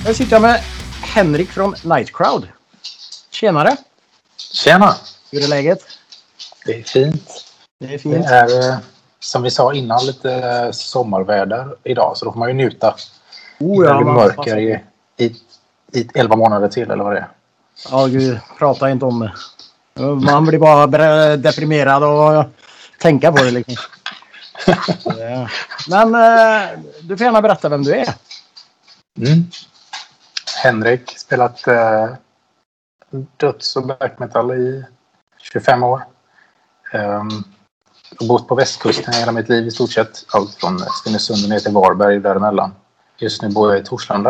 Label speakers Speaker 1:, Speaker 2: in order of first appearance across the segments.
Speaker 1: Jag sitter med Henrik från Nightcrowd. Tjenare!
Speaker 2: Tjena!
Speaker 1: Hur är läget?
Speaker 2: Det är fint.
Speaker 1: Det är fint.
Speaker 2: Det är, som vi sa innan, lite sommarväder idag. Så då får man ju njuta.
Speaker 1: Ja,
Speaker 2: det mörker i 11 månader till, eller vad det är.
Speaker 1: Ja, gud. Prata inte om det. Man blir bara deprimerad och tänka på det liksom. Men du får gärna berätta vem du är.
Speaker 2: Henrik, spelat döds- och black metal i 25 år. Bott på västkusten hela mitt liv i stort sett. Allt från Stenungsund ner till Varberg däremellan. Just nu bor jag i Torslanda.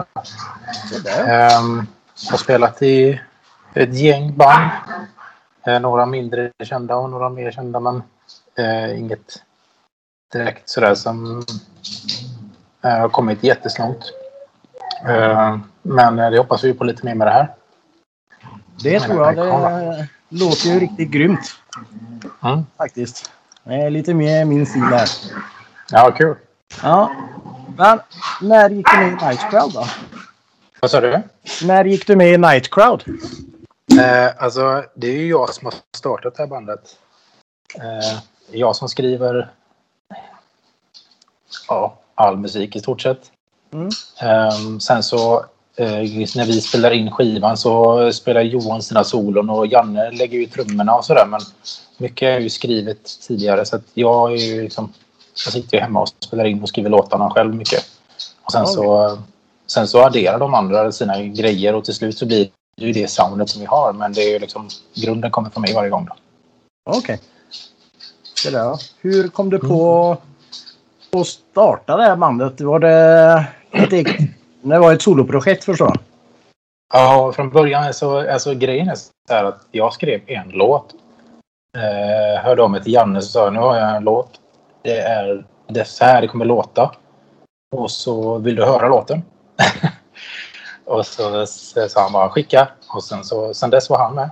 Speaker 2: Har spelat i ett gäng band. Några mindre kända och några mer kända, men inget direkt sådär som har kommit jätteslångt. Men det hoppas vi på lite mer med det här.
Speaker 1: Det tror jag. Det låter ju riktigt grymt. Faktiskt. Det är lite mer min stil här.
Speaker 2: Ja, kul.
Speaker 1: Ja. Men när gick du med i Nightcrowd då?
Speaker 2: Vad sa du?
Speaker 1: När gick du med i Nightcrowd?
Speaker 2: Alltså, det är ju jag som har startat det här bandet. Jag som skriver all musik i stort sett. Sen så när vi spelar in skivan så spelar Johan sina solon och Janne lägger ju trummorna och sådär, men mycket är ju skrivet tidigare, så att jag är ju liksom, jag sitter ju hemma och spelar in och skriver låtarna själv mycket. Och sen så adderar de andra sina grejer och till slut så blir det ju det soundet som vi har, men det är ju liksom, grunden kommer från mig varje gång då.
Speaker 1: Okej. Det där. Hur kom du på att starta det här bandet? Var det det var ett soloprojekt förstår jag?
Speaker 2: Ja, från början alltså grejen är så här att jag skrev en låt. Hörde av mig till Janne så sa jag, nu har jag en låt. Det är så här det kommer låta. Och så vill du höra låten? Och så sa han bara skicka. Och sen dess var han med.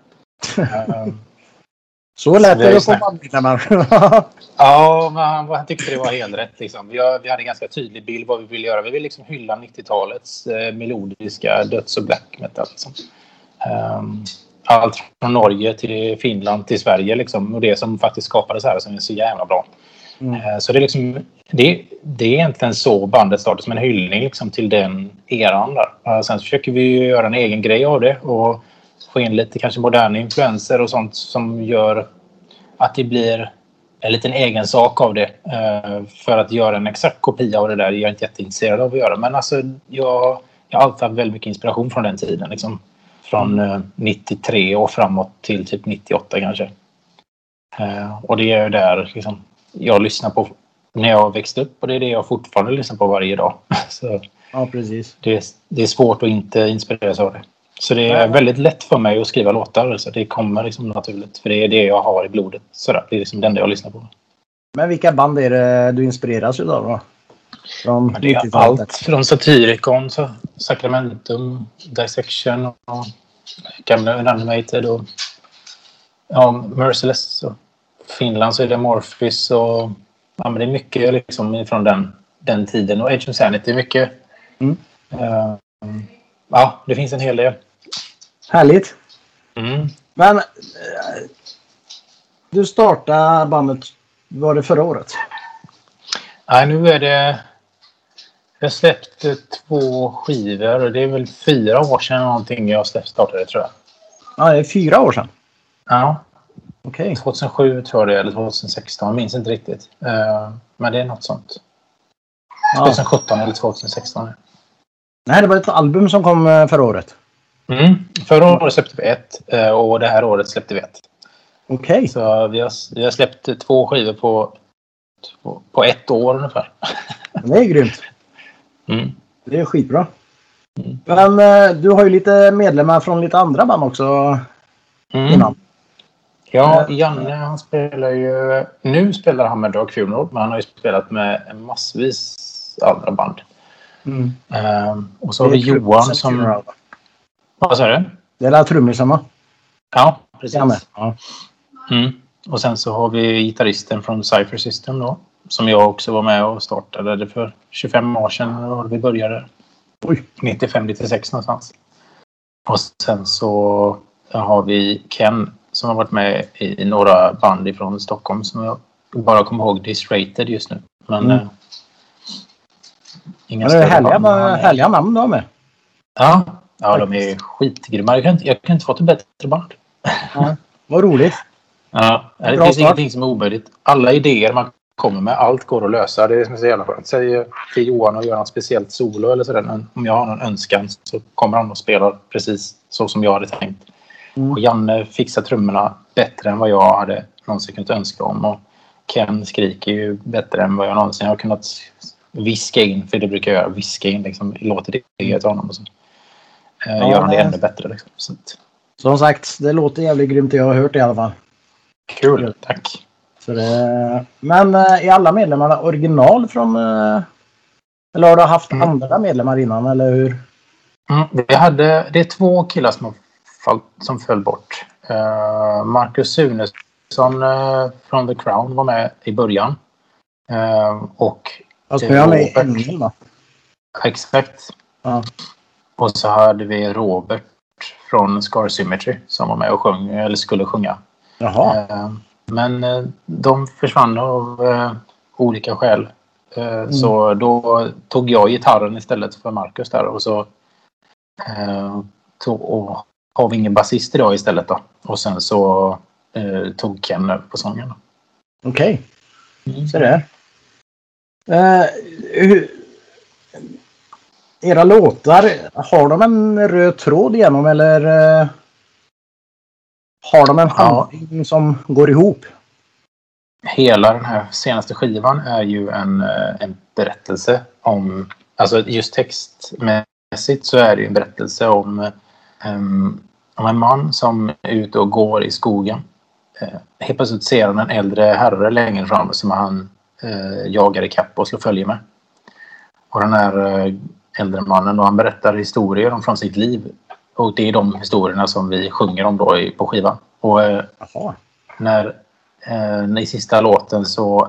Speaker 1: Så lät det på bandmedlemmar.
Speaker 2: Ja, men han tyckte det var helt rätt. Liksom. Vi hade en ganska tydlig bild vad vi ville göra. Vi ville liksom hylla 90-talets melodiska döds- och black metal. Liksom. Allt från Norge till Finland till Sverige. Liksom, och det som faktiskt skapades här som är så jävla bra. Så det är liksom, det är egentligen så bandet startade, som en hyllning liksom, till den eran där. Sen försöker vi göra en egen grej av det och få in lite kanske moderna influenser och sånt som gör att det blir en liten egen sak av det. För att göra en exakt kopia av det där är jag inte jätteintresserad av att göra. Men alltså, jag har alltid haft väldigt mycket inspiration från den tiden. Liksom. Från 93 och framåt till typ 98 kanske. Och det är ju där liksom, jag lyssnar på när jag växte upp. Och det är det jag fortfarande lyssnar på varje dag. Så
Speaker 1: ja, precis.
Speaker 2: Det är svårt att inte inspireras av det. Så det är väldigt lätt för mig att skriva låtar. Så det kommer liksom naturligt. För det är det jag har i blodet. Så det är liksom det enda jag lyssnar på.
Speaker 1: Men vilka band är det du inspireras utav då? Från
Speaker 2: det är allt från Satyricon, Sacramentum, Dissection och gamla Unanimated och Merciless. Och Finland så är det Morphis och men det är mycket liksom från den tiden. Och Age of Sanity är mycket. Det finns en hel del.
Speaker 1: Härligt. Men du startade bandet, var det förra året?
Speaker 2: Nej, nu är det... Jag släppte 2 skivor. Det är väl 4 år sedan någonting jag startade, tror jag.
Speaker 1: Ja, det är 4 år sedan?
Speaker 2: Ja.
Speaker 1: Okej.
Speaker 2: 2007 tror jag det är, eller 2016. Jag minns inte riktigt. Men det är något sånt. 2017 eller 2016.
Speaker 1: Nej, det var ett album som kom förra året.
Speaker 2: Förra året släppte vi 1 och det här året släppte vi 1.
Speaker 1: Okej.
Speaker 2: Så vi har släppt 2 skivor på 1 år ungefär.
Speaker 1: Det är grymt. Det är skitbra. Men du har ju lite medlemmar från lite andra band också innan.
Speaker 2: Ja, Janne han spelar ju... Nu spelar han med Dark Funeral, men han har ju spelat med massvis andra band. Och så har vi Johan som... Vad sa du?
Speaker 1: Det är alla trummisarna.
Speaker 2: Ja, precis.
Speaker 1: Ja.
Speaker 2: Och sen så har vi gitarristen från Cypher System då. Som jag också var med och startade det för 25 år sedan när vi började.
Speaker 1: Oj.
Speaker 2: 95-96 någonstans. Och sen så har vi Ken som har varit med i några band ifrån Stockholm som jag bara kommer ihåg Disrated just nu. Men inga
Speaker 1: det är härliga namn då med.
Speaker 2: Ja, de är skitgrymma. Jag kan inte få ett bättre band.
Speaker 1: Ja, vad roligt.
Speaker 2: Ja, det finns ingenting som är omöjligt. Alla idéer man kommer med, allt går att lösa. Det är som är så jävla skönt. Säg till Johan att göra något speciellt solo eller sådär. Men om jag har någon önskan så kommer han och spelar precis så som jag hade tänkt. Och Janne fixar trummorna bättre än vad jag hade någonsin kunnat önska om. Och Ken skriker ju bättre än vad jag någonsin har kunnat viska in. För det brukar jag göra. Viska in liksom, låter det till honom och så. Gör han det ännu bättre liksom. Så att...
Speaker 1: Som sagt, det låter jävligt grymt. Jag har hört det i alla fall.
Speaker 2: Kul, tack.
Speaker 1: Men är alla medlemmarna original från... Eller har du haft andra medlemmar innan, eller hur?
Speaker 2: Det är 2 killar som föll bort. Marcus Sunesson från The Crown var med i början. Och
Speaker 1: alltså jag är med i Engel, va?
Speaker 2: Exakt.
Speaker 1: Ja.
Speaker 2: Och så hade vi Robert från Scar Symmetry som var med och sjöng, eller skulle sjunga.
Speaker 1: Jaha.
Speaker 2: Men de försvann av olika skäl. Så då tog jag gitarren istället för Marcus där. Och så har vi ingen basist idag istället då. Och sen så tog Ken över på sången.
Speaker 1: Okej. Så där. Era låtar, har de en röd tråd igenom eller har de en handling som går ihop?
Speaker 2: Hela den här senaste skivan är ju en berättelse om, alltså just textmässigt så är det ju en berättelse om en man som är ute och går i skogen. Helt plötsligt ser han en äldre herre längre fram som han jagar i kapp och slår följe med. Och den här äldre mannen då, han berättar historier från sitt liv. Och det är de historierna som vi sjunger om då på skivan. Och när i sista låten så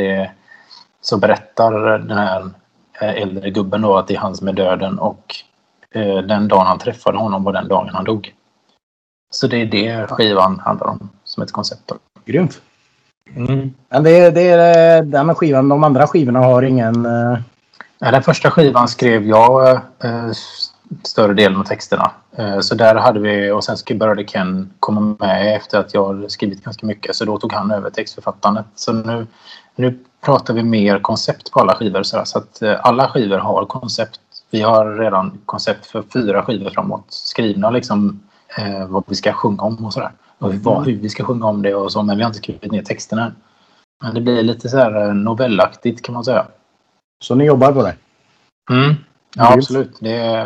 Speaker 2: berättar den här äldre gubben då att det är han som är döden och den dagen han träffade honom var den dagen han dog. Så det är det skivan handlar om som ett koncept.
Speaker 1: Grymt. Men det är den skivan, de andra skivorna har ingen...
Speaker 2: Den första skivan skrev jag större delen av texterna. Så där hade vi, och sen började Ken komma med efter att jag skrivit ganska mycket. Så då tog han över textförfattandet. Så nu pratar vi mer koncept på alla skivor. Så att alla skivor har koncept. Vi har redan koncept för 4 skivor framåt. Skrivna liksom vad vi ska sjunga om och sådär. Och hur vi ska sjunga om det och så. Men vi har inte skrivit ner texterna än. Men det blir lite så här novellaktigt kan man säga.
Speaker 1: Så ni jobbar på det?
Speaker 2: Ja, absolut.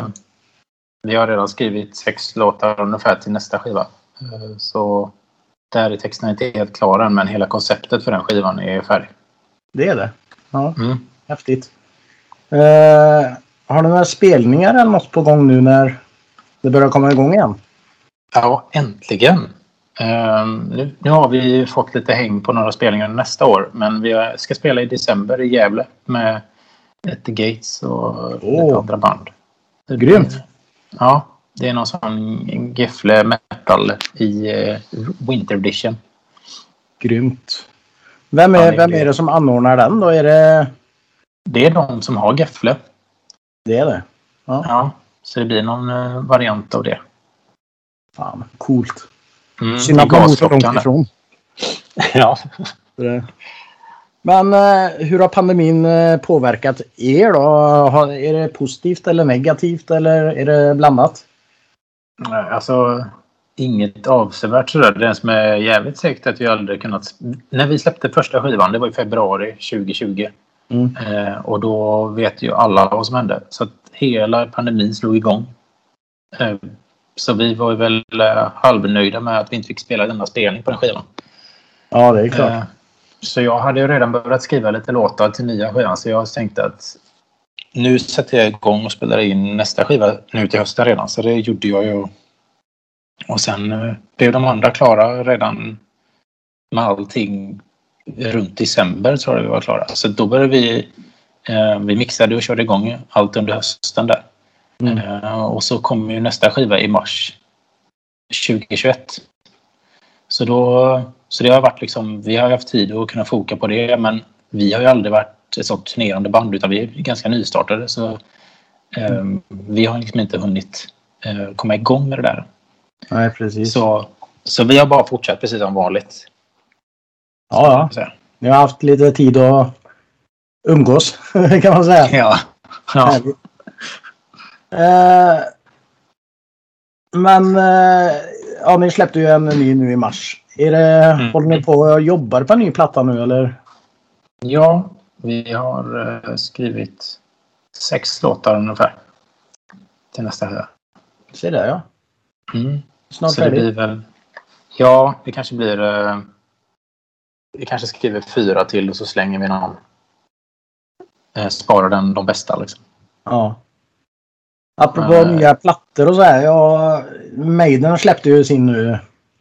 Speaker 2: Vi har redan skrivit 6 låtar ungefär till nästa skiva. Så där är texten inte helt klar än, men hela konceptet för den skivan är färdig.
Speaker 1: Det är det? Ja, häftigt. Har du några spelningar eller något på gång nu när det börjar komma igång igen?
Speaker 2: Ja, äntligen. Nu har vi fått lite häng på några spelningar nästa år, men vi ska spela i december i Gävle med The Gates och lite andra band.
Speaker 1: Grymt!
Speaker 2: Ja, det är någon sån Gefle metal i Winter Edition.
Speaker 1: Grymt! Vem är det som anordnar den då?
Speaker 2: Det är de som har Gefle.
Speaker 1: Det är det?
Speaker 2: Ja, så det blir någon variant av det.
Speaker 1: Fan, coolt.
Speaker 2: Synd att man bor så långt
Speaker 1: ifrån.
Speaker 2: Ja.
Speaker 1: Men hur har pandemin påverkat er då? Är det positivt eller negativt eller är det blandat?
Speaker 2: Alltså inget avsevärt sådär. Det som är jävligt säkert att vi aldrig kunnat... När vi släppte första skivan, det var i februari 2020. Och då vet ju alla vad som hände. Så att hela pandemin slog igång. Så vi var ju väl halvnöjda med att vi inte fick spela denna spelning på den skivan.
Speaker 1: Ja, det är klart.
Speaker 2: Så jag hade ju redan börjat skriva lite låtar till nya skivan. Så jag tänkte att nu sätter jag igång och spelar in nästa skiva nu till hösten redan. Så det gjorde jag ju. Och sen blev de andra klara redan med allting runt december tror jag vi var klara. Så då började vi mixade och körde igång allt under hösten där. Och så kommer ju nästa skiva i mars 2021. Så det har varit liksom, vi har haft tid att kunna foka på det, men vi har ju aldrig varit ett sånt turnerande band, utan vi är ganska nystartade, så vi har liksom inte hunnit komma igång med det där.
Speaker 1: Nej, precis.
Speaker 2: Så vi har bara fortsatt precis som vanligt.
Speaker 1: Ja. Ni har haft lite tid att umgås, kan man säga.
Speaker 2: Ja.
Speaker 1: Men ni släppte ju en ny nu i mars. Håller ni på och jobbar på en ny platta nu, eller?
Speaker 2: Ja, vi har skrivit 6 låtar ungefär till nästa höst.
Speaker 1: Se där, ja. Snart
Speaker 2: så det blir väl... Ja, det kanske blir... vi kanske skriver 4 till och så slänger vi någon. Sparar de bästa liksom.
Speaker 1: Ja. Apropå nya plattor och så här. Maiden släppte ju sin nu.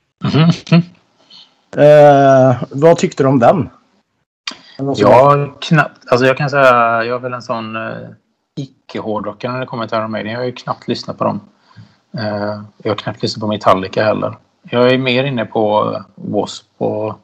Speaker 1: Vad tyckte du om den?
Speaker 2: Jag kan säga jag är väl en sån icke-hårdrockare när det kommer till Iron Maiden. Jag har ju knappt lyssnat på dem. Jag har knappt lyssnat på Metallica heller. Jag är mer inne på W.A.S.P. och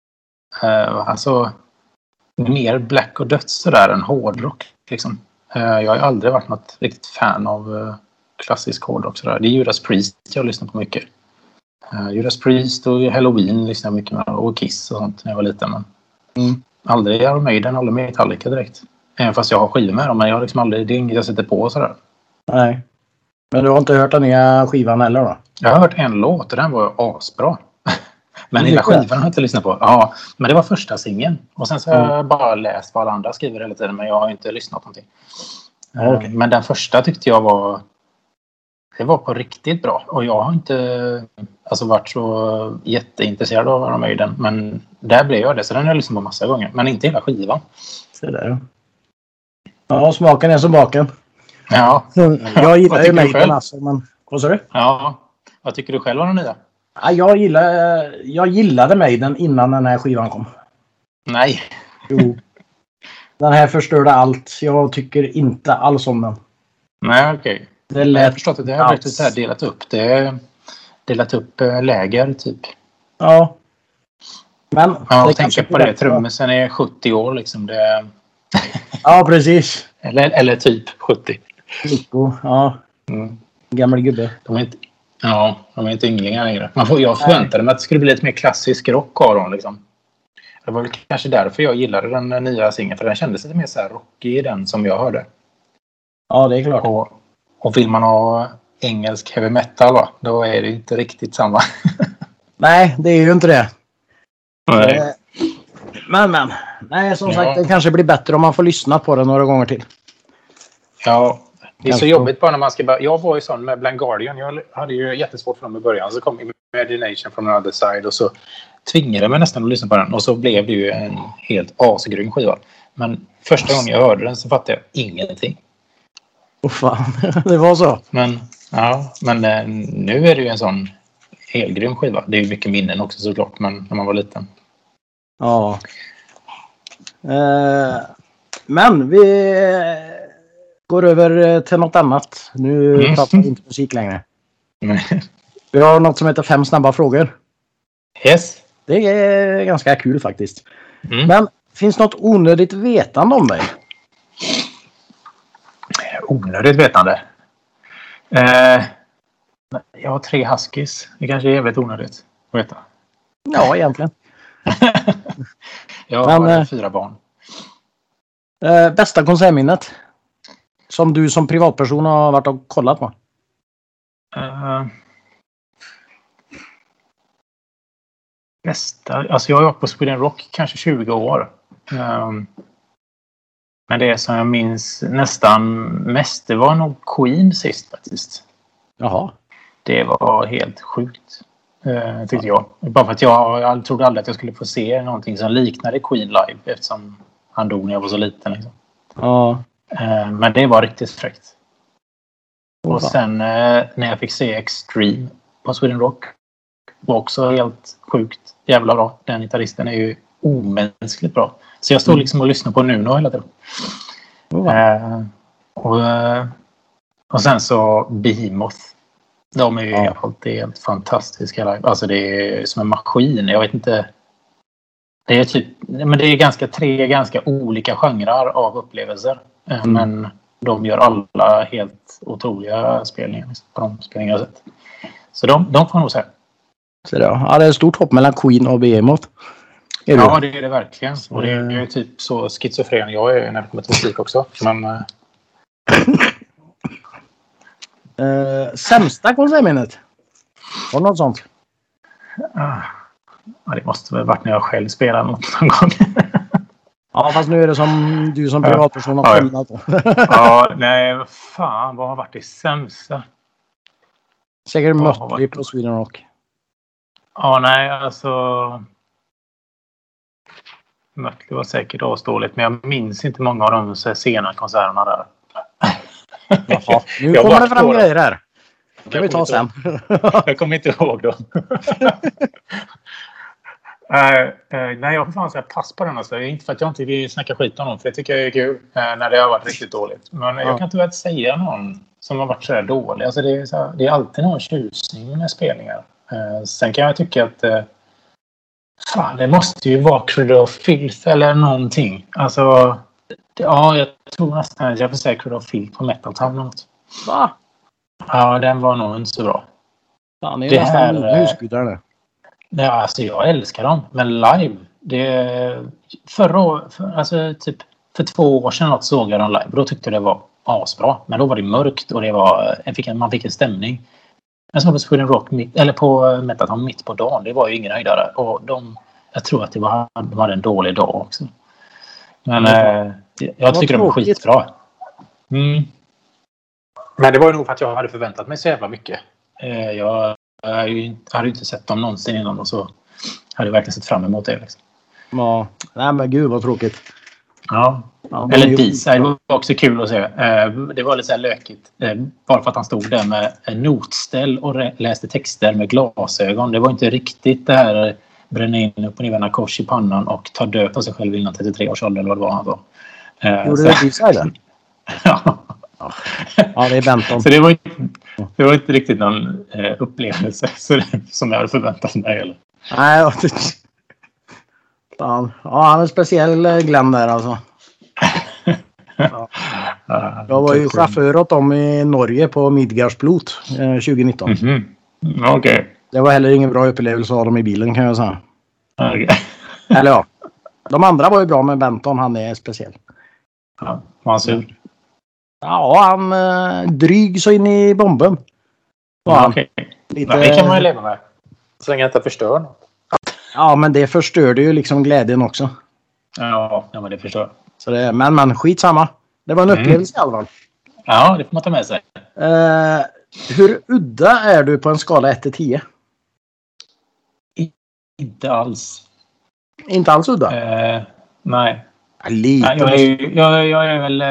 Speaker 2: mer black och döds sådär än hårdrock liksom. Jag har aldrig varit något riktigt fan av klassisk hårdrock sådär. Det är Judas Priest jag lyssnar på mycket. Judas Priest och Halloween lyssnar jag mycket med, och Kiss och sånt när jag var liten, men aldrig Iron Maiden, aldrig Metallica direkt. Även fast jag har skivor med dem, men jag har liksom aldrig, det är inget jag sätter på sådär. Nej.
Speaker 1: Men du har inte hört den nya skivan heller då?
Speaker 2: Jag har hört en låt och den var asbra. Men hela skivan har jag inte lyssnat på. Ja, men det var första singeln. Och sen så har jag bara läst vad alla andra skriver hela tiden, men jag har inte lyssnat någonting. Okay. Men den första tyckte jag var på riktigt bra. Och jag har inte varit så jätteintresserad av Iron Maiden, men där blev jag det. Så den har jag lyssnat på massa gånger, men inte hela skivan.
Speaker 1: Så där. Ja, smaken är som baken.
Speaker 2: Ja.
Speaker 1: Jag gillar ju Maiden alltså, men vad sa du?
Speaker 2: Ja, vad tycker du själv om den nya?
Speaker 1: Ja, jag gillade Maiden innan den här skivan kom.
Speaker 2: Nej.
Speaker 1: Jo. Den här förstörde allt. Jag tycker inte alls om den.
Speaker 2: Nej, okej. Jag har förstått att det har blivit så här delat upp läger typ.
Speaker 1: Ja. Men
Speaker 2: jag tänker på det. Trummisen är 70 år liksom. Det...
Speaker 1: Ja, precis.
Speaker 2: Eller typ 70.
Speaker 1: Nico, ja. Gammal gubbe.
Speaker 2: De är inte ynglingar längre. Jag förväntade mig att det skulle bli lite mer klassisk rock av dem liksom. Det var väl kanske därför jag gillade den nya singeln, för den kändes lite mer så här rockig i den som jag hörde. Ja, det är klart. Och vill man ha engelsk heavy metal då är det inte riktigt samma. Nej, det är ju inte det. Nej. Men. Nej, som sagt, det kanske blir bättre om man får lyssna på det några gånger till. Ja, det är så jobbigt bara när man ska... Jag var ju sån med Blind Guardian. Jag hade ju jättesvårt för dem i början. Så kom Imagination from the other side och så tvingade mig nästan att lyssna på den. Och så blev det ju en helt asgrym skiva. Men första gången jag hörde den så fattade jag ingenting. Fan, det var så. Men nu är det ju en sån helt grym skiva. Det är ju mycket minnen också såklart, men när man var liten. Ja. Men vi går över till något annat. Nu pratar vi inte musik längre. Vi har något som heter 5 snabba frågor. Yes. Det är ganska kul faktiskt. Men finns något onödigt vetande om dig? Onödigt vetande? Jag har 3 huskies. Det kanske är väldigt onödigt att veta. Ja, egentligen. Jag har 4 barn. Bästa konsertminnet? Som du som privatperson har varit och kollat på? Bästa? Alltså jag har varit på Sweden Rock kanske 20 år. Men det som jag minns nästan mest, det var nog Queen sist faktiskt. Jaha. Det var helt sjukt, tyckte jag. Bara för att jag trodde aldrig att jag skulle få se någonting som liknade Queen live, eftersom han dog när jag var så liten. Liksom. Ja. Men det var riktigt fräckt. Och sen när jag fick se Extreme på Sweden Rock var också helt sjukt jävla bra. Den gitarristen är ju omänskligt bra. Så jag står liksom och lyssnar på Nuno hela tiden. Och sen så Behemoth. De är ju alltid helt fantastiska live. Alltså det är som en maskin. Jag vet inte. Det är typ, men det är tre ganska olika genrer av upplevelser. Men de gör alla helt otroliga spelningar på de spelningar jag har sett. Så de får nog säga.
Speaker 1: Så det är ett stort hopp mellan Queen och Behemoth.
Speaker 2: Ja, det är det verkligen. Och det är ju typ så schizofren jag är när det kommer till musik också. Men...
Speaker 1: sämsta konsertminnet? Har du något sånt?
Speaker 2: Ja, det måste väl varit när jag själv spelade någon gång.
Speaker 1: Ja, fast nu är det som du som privatperson har filmat.
Speaker 2: Ja, nej, fan, vad har varit det sämsta?
Speaker 1: Säkert Mötley på Sweden Rock.
Speaker 2: Ja, nej, alltså... Mötley var säkert asdåligt, men jag minns inte många av de sena konserterna där.
Speaker 1: Jaha, nu kommer det fram grejer här. Det kan vi ta sen.
Speaker 2: Jag kommer inte ihåg dem. Nej, jag får fan säga pass på den. Alltså. Inte för att jag inte vill snacka skit om dem, för det tycker jag är kul när det har varit riktigt dåligt. Men jag kan tyvärr inte säga någon som har varit så här dålig. Alltså, det är alltid någon tjusning med spelningar. Sen kan jag tycka att fan, det måste ju vara Cradle of Filth eller någonting. Alltså, jag tror nästan att jag får säga Cradle of Filth på Metal Town eller något.
Speaker 1: Va?
Speaker 2: Ja, den var nog inte så bra.
Speaker 1: Fan, det är nästan husgudar.
Speaker 2: Ja, alltså jag älskar dem. Men live, alltså typ för 2 år sedan såg jag dem live. Då tyckte jag det var asbra. Men då var det mörkt och man fick en stämning. Men så på Sweden Rock eller på Metal Town mitt på dagen, det var ju ingen höjdare. Och jag tror att de hade en dålig dag också. Men jag tycker de är skitbra. Men det var ju nog för att jag hade förväntat mig så jävla mycket. Jag hade ju inte sett dem någonsin innan och så hade jag verkligen sett fram emot det. Liksom.
Speaker 1: Ja, nej men gud vad tråkigt.
Speaker 2: Ja. Eller D-side var också kul att se. Det var lite så här lökigt. Bara för att han stod där med en notställ och läste texter med glasögon. Det var inte riktigt det här bränna in upp och ner kors i pannan och ta död på sig själv innan 33 års ålder eller vad det var han sa.
Speaker 1: Gjorde det D-side?
Speaker 2: Ja.
Speaker 1: Ja, det är Benton.
Speaker 2: Så det var inte riktigt någon upplevelse som jag hade förväntat mig. Eller?
Speaker 1: Nej, fan. Ja, han är speciell Glenn där alltså. Ja. Jag var ju chaufför åt dem i Norge på Midgardsblot 2019.
Speaker 2: Okay.
Speaker 1: Det var heller ingen bra upplevelse av dem i bilen kan jag säga.
Speaker 2: Okay.
Speaker 1: Eller ja. De andra var ju bra, men Benton han är speciell.
Speaker 2: Ja, var han sur?
Speaker 1: Ja, han dryg så in i bomben.
Speaker 2: Ja, okay. Det kan man ju leva med. Så länge jag inte förstör något.
Speaker 1: Ja, men det förstörde ju liksom glädjen också.
Speaker 2: Ja men det förstör.
Speaker 1: Så men skitsamma. Det var en upplevelse i alla fall.
Speaker 2: Ja, det får man ta med sig.
Speaker 1: Hur udda är du på en skala 1-10?
Speaker 2: Inte alls.
Speaker 1: Inte alls udda?
Speaker 2: Nej.
Speaker 1: Lite.
Speaker 2: Jag är väl...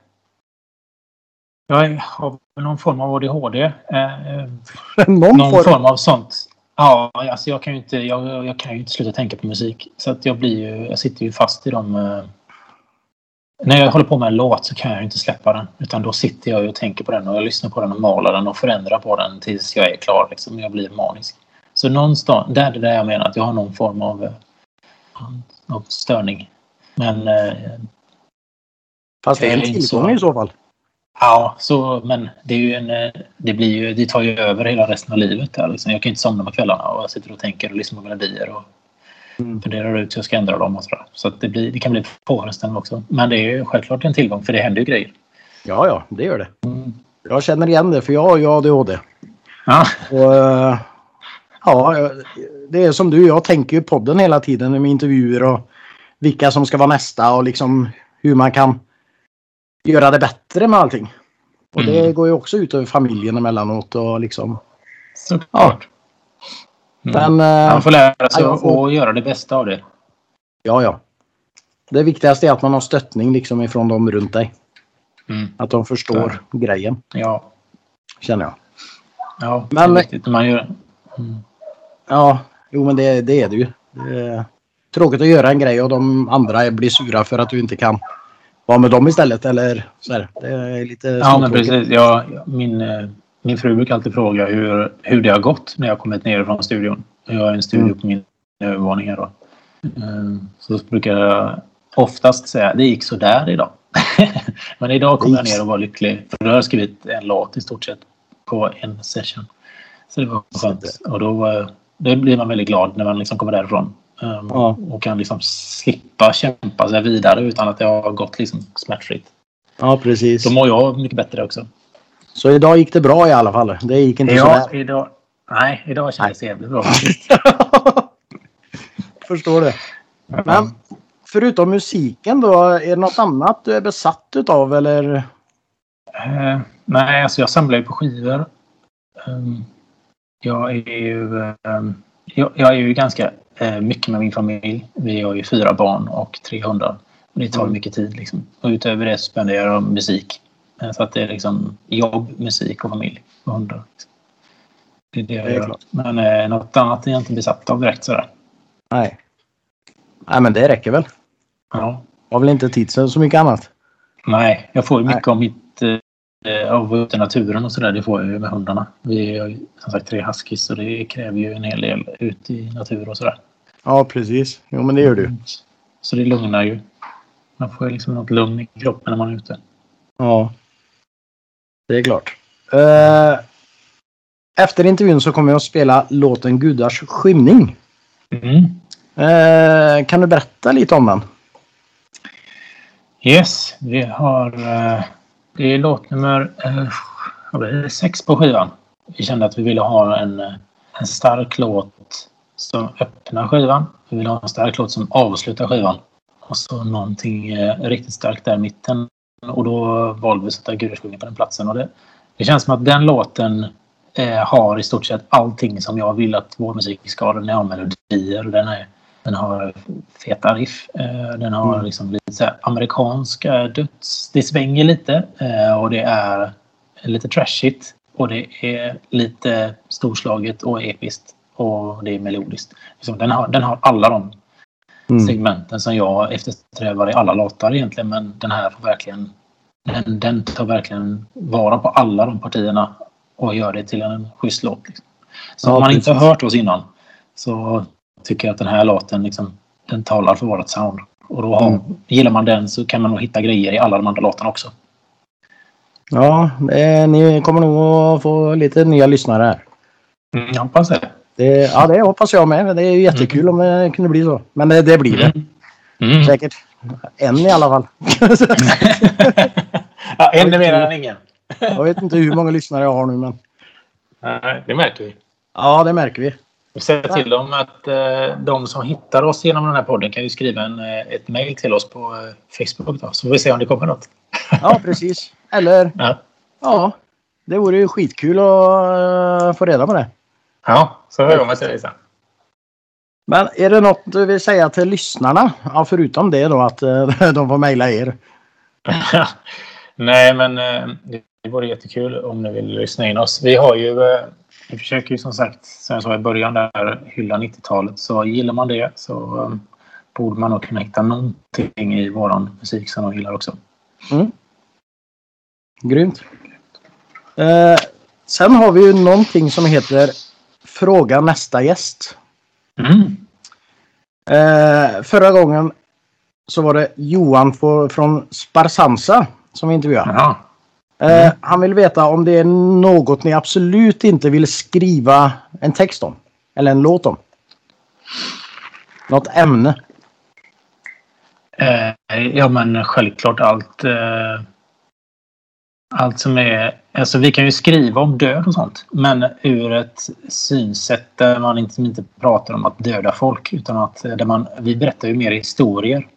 Speaker 2: Jag har någon form av ADHD. någon form av sånt. Ja, alltså jag kan ju inte sluta tänka på musik. Så att jag sitter ju fast i dem. När jag håller på med en låt så kan jag inte släppa den. Utan då sitter jag och tänker på den och jag lyssnar på den och malar den och förändrar på den tills jag är klar. Liksom. Jag blir manisk. Så någonstans, där är det där jag menar att jag har någon form av störning. Men...
Speaker 1: Fast det är en tillgång i så fall.
Speaker 2: Ja, men det tar ju över hela resten av livet där, liksom. Jag kan inte somna på kvällarna och jag sitter och tänker och lyssnar på melodier och funderar ut hur jag ska ändra dem och sådär. Så att det kan bli påfrestande också. Men det är ju självklart en tillgång för det händer ju grejer. Ja, det gör det. Jag känner igen det för jag har ju ADHD. Ja. Och, det är som du, jag tänker ju podden hela tiden med intervjuer och vilka som ska vara nästa och liksom hur man kan göra det bättre med allting. Och det går ju också ut över familjen emellanåt och liksom... Såklart. Men, man får lära sig att göra det bästa av det. Ja. Det viktigaste är att man har stöttning liksom ifrån dem runt dig. Att de förstår grejen. Ja. Känner jag. Ja, men, det är viktigt när man gör... Ja, men det är det ju. Det är tråkigt att göra en grej och de andra blir sura för att du inte kan
Speaker 1: vara med dem istället eller så här. Det är lite
Speaker 2: Ja, men precis. Min fru brukar alltid fråga hur det har gått när jag kommit ner från studion. Jag har en studio på min övervåning här då. Så brukar jag oftast säga det gick så där idag. Men idag kom jag ner och var lycklig. För då har jag skrivit en låt i stort sett på en session. Så det var skönt. Och då blir man väldigt glad när man liksom kommer därifrån. Och kan liksom slippa kämpa sig vidare utan att det har gått liksom smärtfritt.
Speaker 1: Ja, precis.
Speaker 2: Då mår jag mycket bättre också.
Speaker 1: Så idag gick det bra i alla fall? Det gick inte så där?
Speaker 2: Idag kändes det jävligt bra.
Speaker 1: Förstår det. Men förutom musiken då, är det något annat du är besatt utav eller?
Speaker 2: Nej, alltså jag samlar ju på skivor. Jag är ju ganska mycket med min familj. Vi har ju 4 barn och 3 hundar. Och det tar mycket tid liksom. Och utöver det spenderar jag musik. Så att det är liksom jobb, musik och familj och hundar. Liksom. Det är det jag gör. Men något annat är jag inte besatt av direkt sådär.
Speaker 1: Nej, men det räcker väl?
Speaker 2: Ja.
Speaker 1: Har väl inte tid så mycket annat?
Speaker 2: Nej, jag får ju mycket av mitt av ute i naturen och sådär. Det får jag ju med hundarna. Vi har som sagt 3 huskies så det kräver ju en hel del ut i natur och sådär.
Speaker 1: Ja, precis. Jo, men det gör du.
Speaker 2: Så det lugnar ju. Man får ju liksom något lugn i kroppen när man är ute.
Speaker 1: Ja, det är klart. Efter intervjun så kommer jag att spela låten Gudars skymning. Kan du berätta lite om den?
Speaker 2: Yes, vi har det är låt nummer 6 på skivan. Vi kände att vi ville ha en stark låt som öppnar skivan. Vi ville ha en stark låt som avslutar skivan. Och så någonting riktigt starkt där i mitten. Och då valde vi att sätta Gudars skymning på den platsen. Och det känns som att den låten har i stort sett allting som jag vill att vår musik ska. Den har melodier, den har feta riff, den har liksom lite så här amerikanska döds. Det svänger lite och det är lite trashigt och det är lite storslaget och episkt och det är melodiskt. Liksom den har alla de segmenten som jag eftersträvar i alla låtar egentligen, men den här får verkligen den tar verkligen vara på alla de partierna och gör det till en schysst låt. Liksom. Så om man inte har hört oss innan så tycker jag att den här låten liksom, den talar för vårt sound. Och då gillar man den så kan man nog hitta grejer i alla de andra låtarna också.
Speaker 1: Ja, ni kommer nog att få lite nya lyssnare här.
Speaker 2: Jag hoppas det.
Speaker 1: Det hoppas jag med. Det är ju jättekul om det kunde bli så. Men det blir det. Säkert. En i alla fall.
Speaker 2: Ja, en är mer än ingen.
Speaker 1: Jag vet inte hur många lyssnare jag har nu, men...
Speaker 2: Nej, det märker vi.
Speaker 1: Ja, det märker vi.
Speaker 2: Vi säger till dem att de som hittar oss genom den här podden kan ju skriva ett mejl till oss på Facebook då, så får vi se om det kommer något.
Speaker 1: Ja, precis. Eller... Ja, det vore ju skitkul att få reda på det.
Speaker 2: Ja, så hör jag mig till dig sen.
Speaker 1: Men är det något du vill säga till lyssnarna? Ja, förutom det då att de får mejla er.
Speaker 2: Nej, men det vore jättekul om ni vill lyssna in oss. Vi försöker ju som sagt, som jag sa i början där, hylla 90-talet. Så gillar man det så borde man nog kunna hitta någonting i våran musik som de gillar också.
Speaker 1: Grymt. Sen har vi ju någonting som heter Fråga nästa gäst. Förra gången så var det Johan från Sparsansa som vi intervjuade. Han vill veta om det är något ni absolut inte vill skriva en text om. Eller en låt om. Något ämne.
Speaker 2: Ja, men självklart allt som är... Alltså vi kan ju skriva om död och sånt. Men ur ett synsätt där man inte pratar om att döda folk. Utan att vi berättar ju mer historier.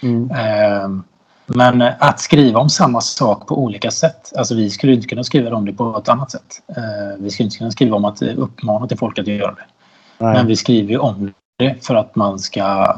Speaker 2: Men att skriva om samma sak på olika sätt. Alltså vi skulle inte kunna skriva om det på ett annat sätt. Vi skulle inte kunna skriva om att uppmana till folk att göra det. Nej. Men vi skriver ju om det för att man ska...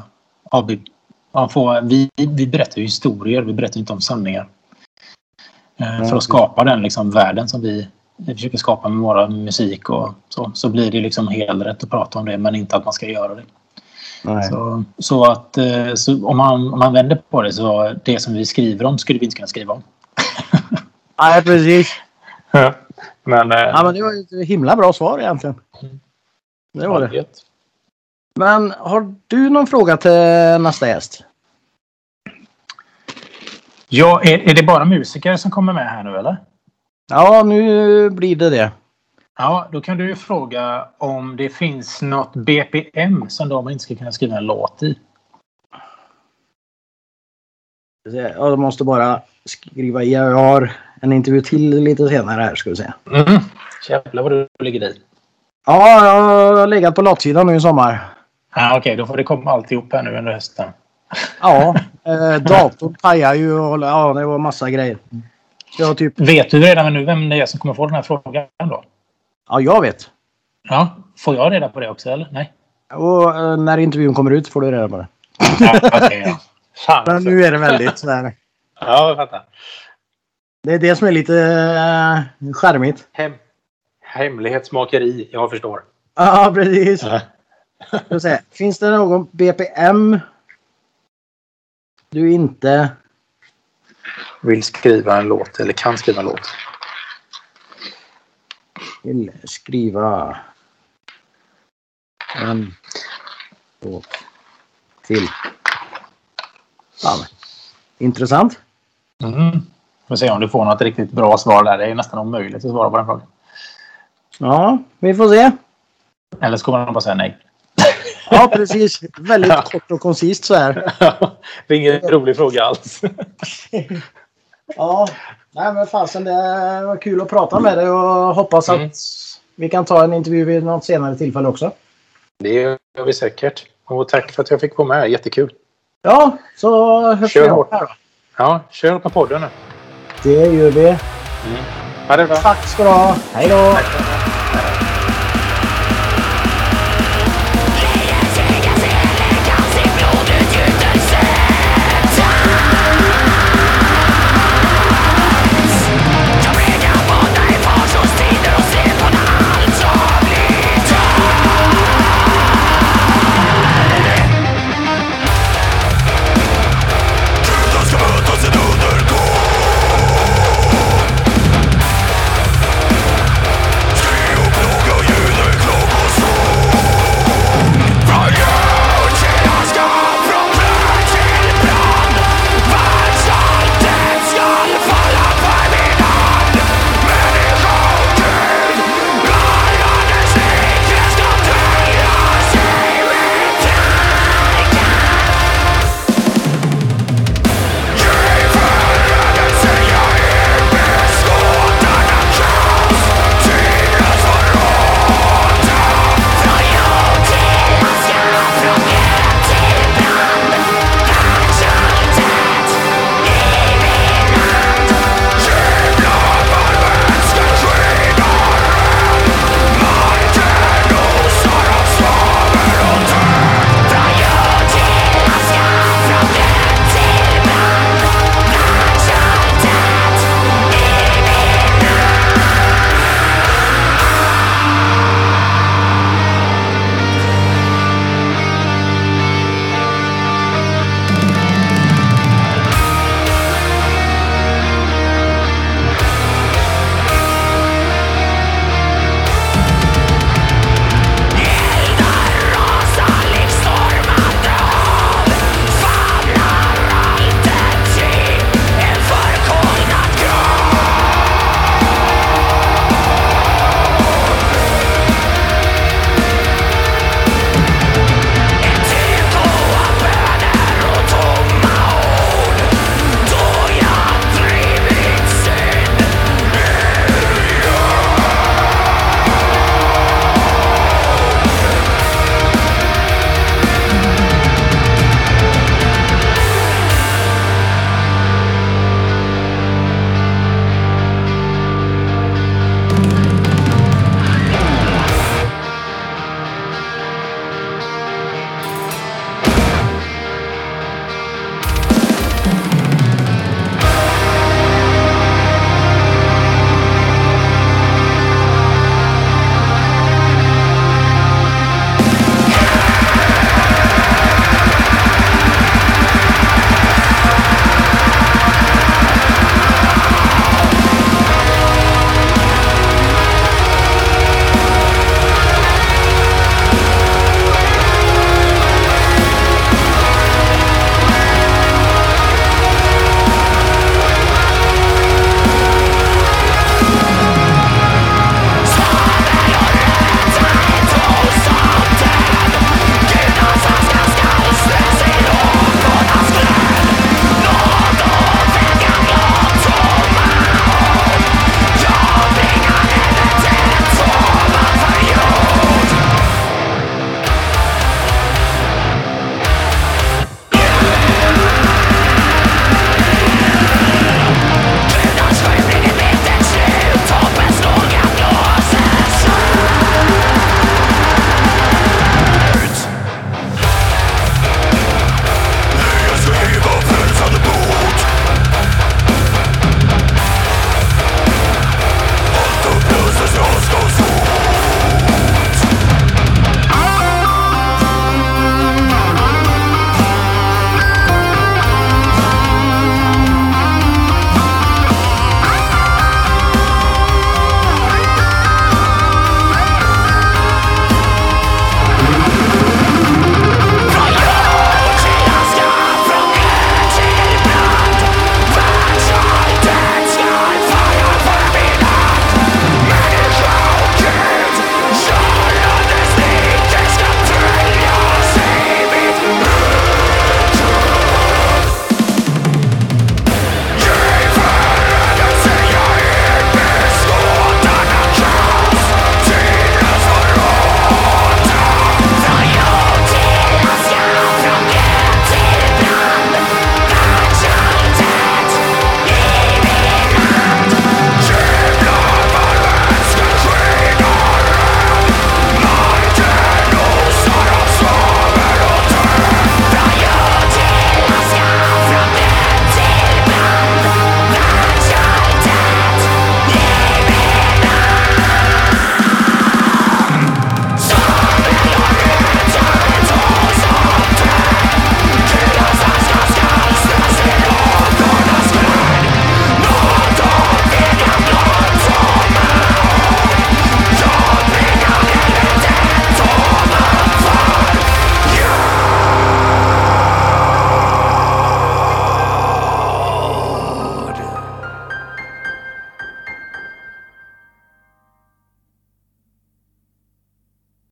Speaker 2: Vi berättar ju historier. Vi berättar inte om sanningar. För att skapa den liksom världen som vi försöker skapa med våra musik och så blir det liksom helt rätt att prata om det, men inte att man ska göra det. Så om man vänder på det, så det som vi skriver om skulle vi inte kunna skriva om.
Speaker 1: Nej, precis.
Speaker 2: Men
Speaker 1: det var ett himla bra svar egentligen. Det var det. Men har du någon fråga till nästa gäst?
Speaker 2: Ja, är det bara musiker som kommer med här nu, eller?
Speaker 1: Ja, nu blir det.
Speaker 2: Ja, då kan du ju fråga om det finns något BPM som de inte ska kunna skriva en låt i.
Speaker 1: Jag måste bara skriva i. Jag har en intervju till lite senare här, ska vi se.
Speaker 2: Jävlar vad du ligger i.
Speaker 1: Ja, jag har legat på låtsidan nu i sommar.
Speaker 2: Ja, okej, då får det komma alltihop här nu under hösten.
Speaker 1: Ja, datorn pajar ju och det var massa grejer. Så typ...
Speaker 2: Vet du redan nu vem det är som kommer få den här frågan då?
Speaker 1: Ja, jag vet.
Speaker 2: Ja, får jag reda på det också, eller? Nej.
Speaker 1: Och när intervjun kommer ut får du reda på det.
Speaker 2: Ja, okej, ja. Fan,
Speaker 1: men nu är det väldigt sådär.
Speaker 2: Ja, jag fattar.
Speaker 1: Det är det som är lite charmigt.
Speaker 2: Hemlighetsmakeri, jag förstår.
Speaker 1: Ja, precis. Finns det någon BPM du inte
Speaker 2: vill skriva en låt eller kan skriva en låt?
Speaker 1: Vill skriva en låt till. Ja, intressant.
Speaker 2: Får se om du får något riktigt bra svar där. Det är nästan omöjligt att svara på den frågan.
Speaker 1: Ja, vi får se.
Speaker 2: Eller ska man bara säga nej?
Speaker 1: Ja, precis. Väldigt kort och koncist så här.
Speaker 2: Det är ingen rolig fråga alls.
Speaker 1: Ja, nej men fasen, det var kul att prata med dig och hoppas att vi kan ta en intervju vid något senare tillfälle också.
Speaker 2: Det gör vi säkert. Och tack för att jag fick vara med. Jättekul.
Speaker 1: Ja, så hörs vi hårt här då.
Speaker 2: Ja, kör på podden nu.
Speaker 1: Det gör vi.
Speaker 2: Ha det bra.
Speaker 1: Tack ska du ha. Hej då.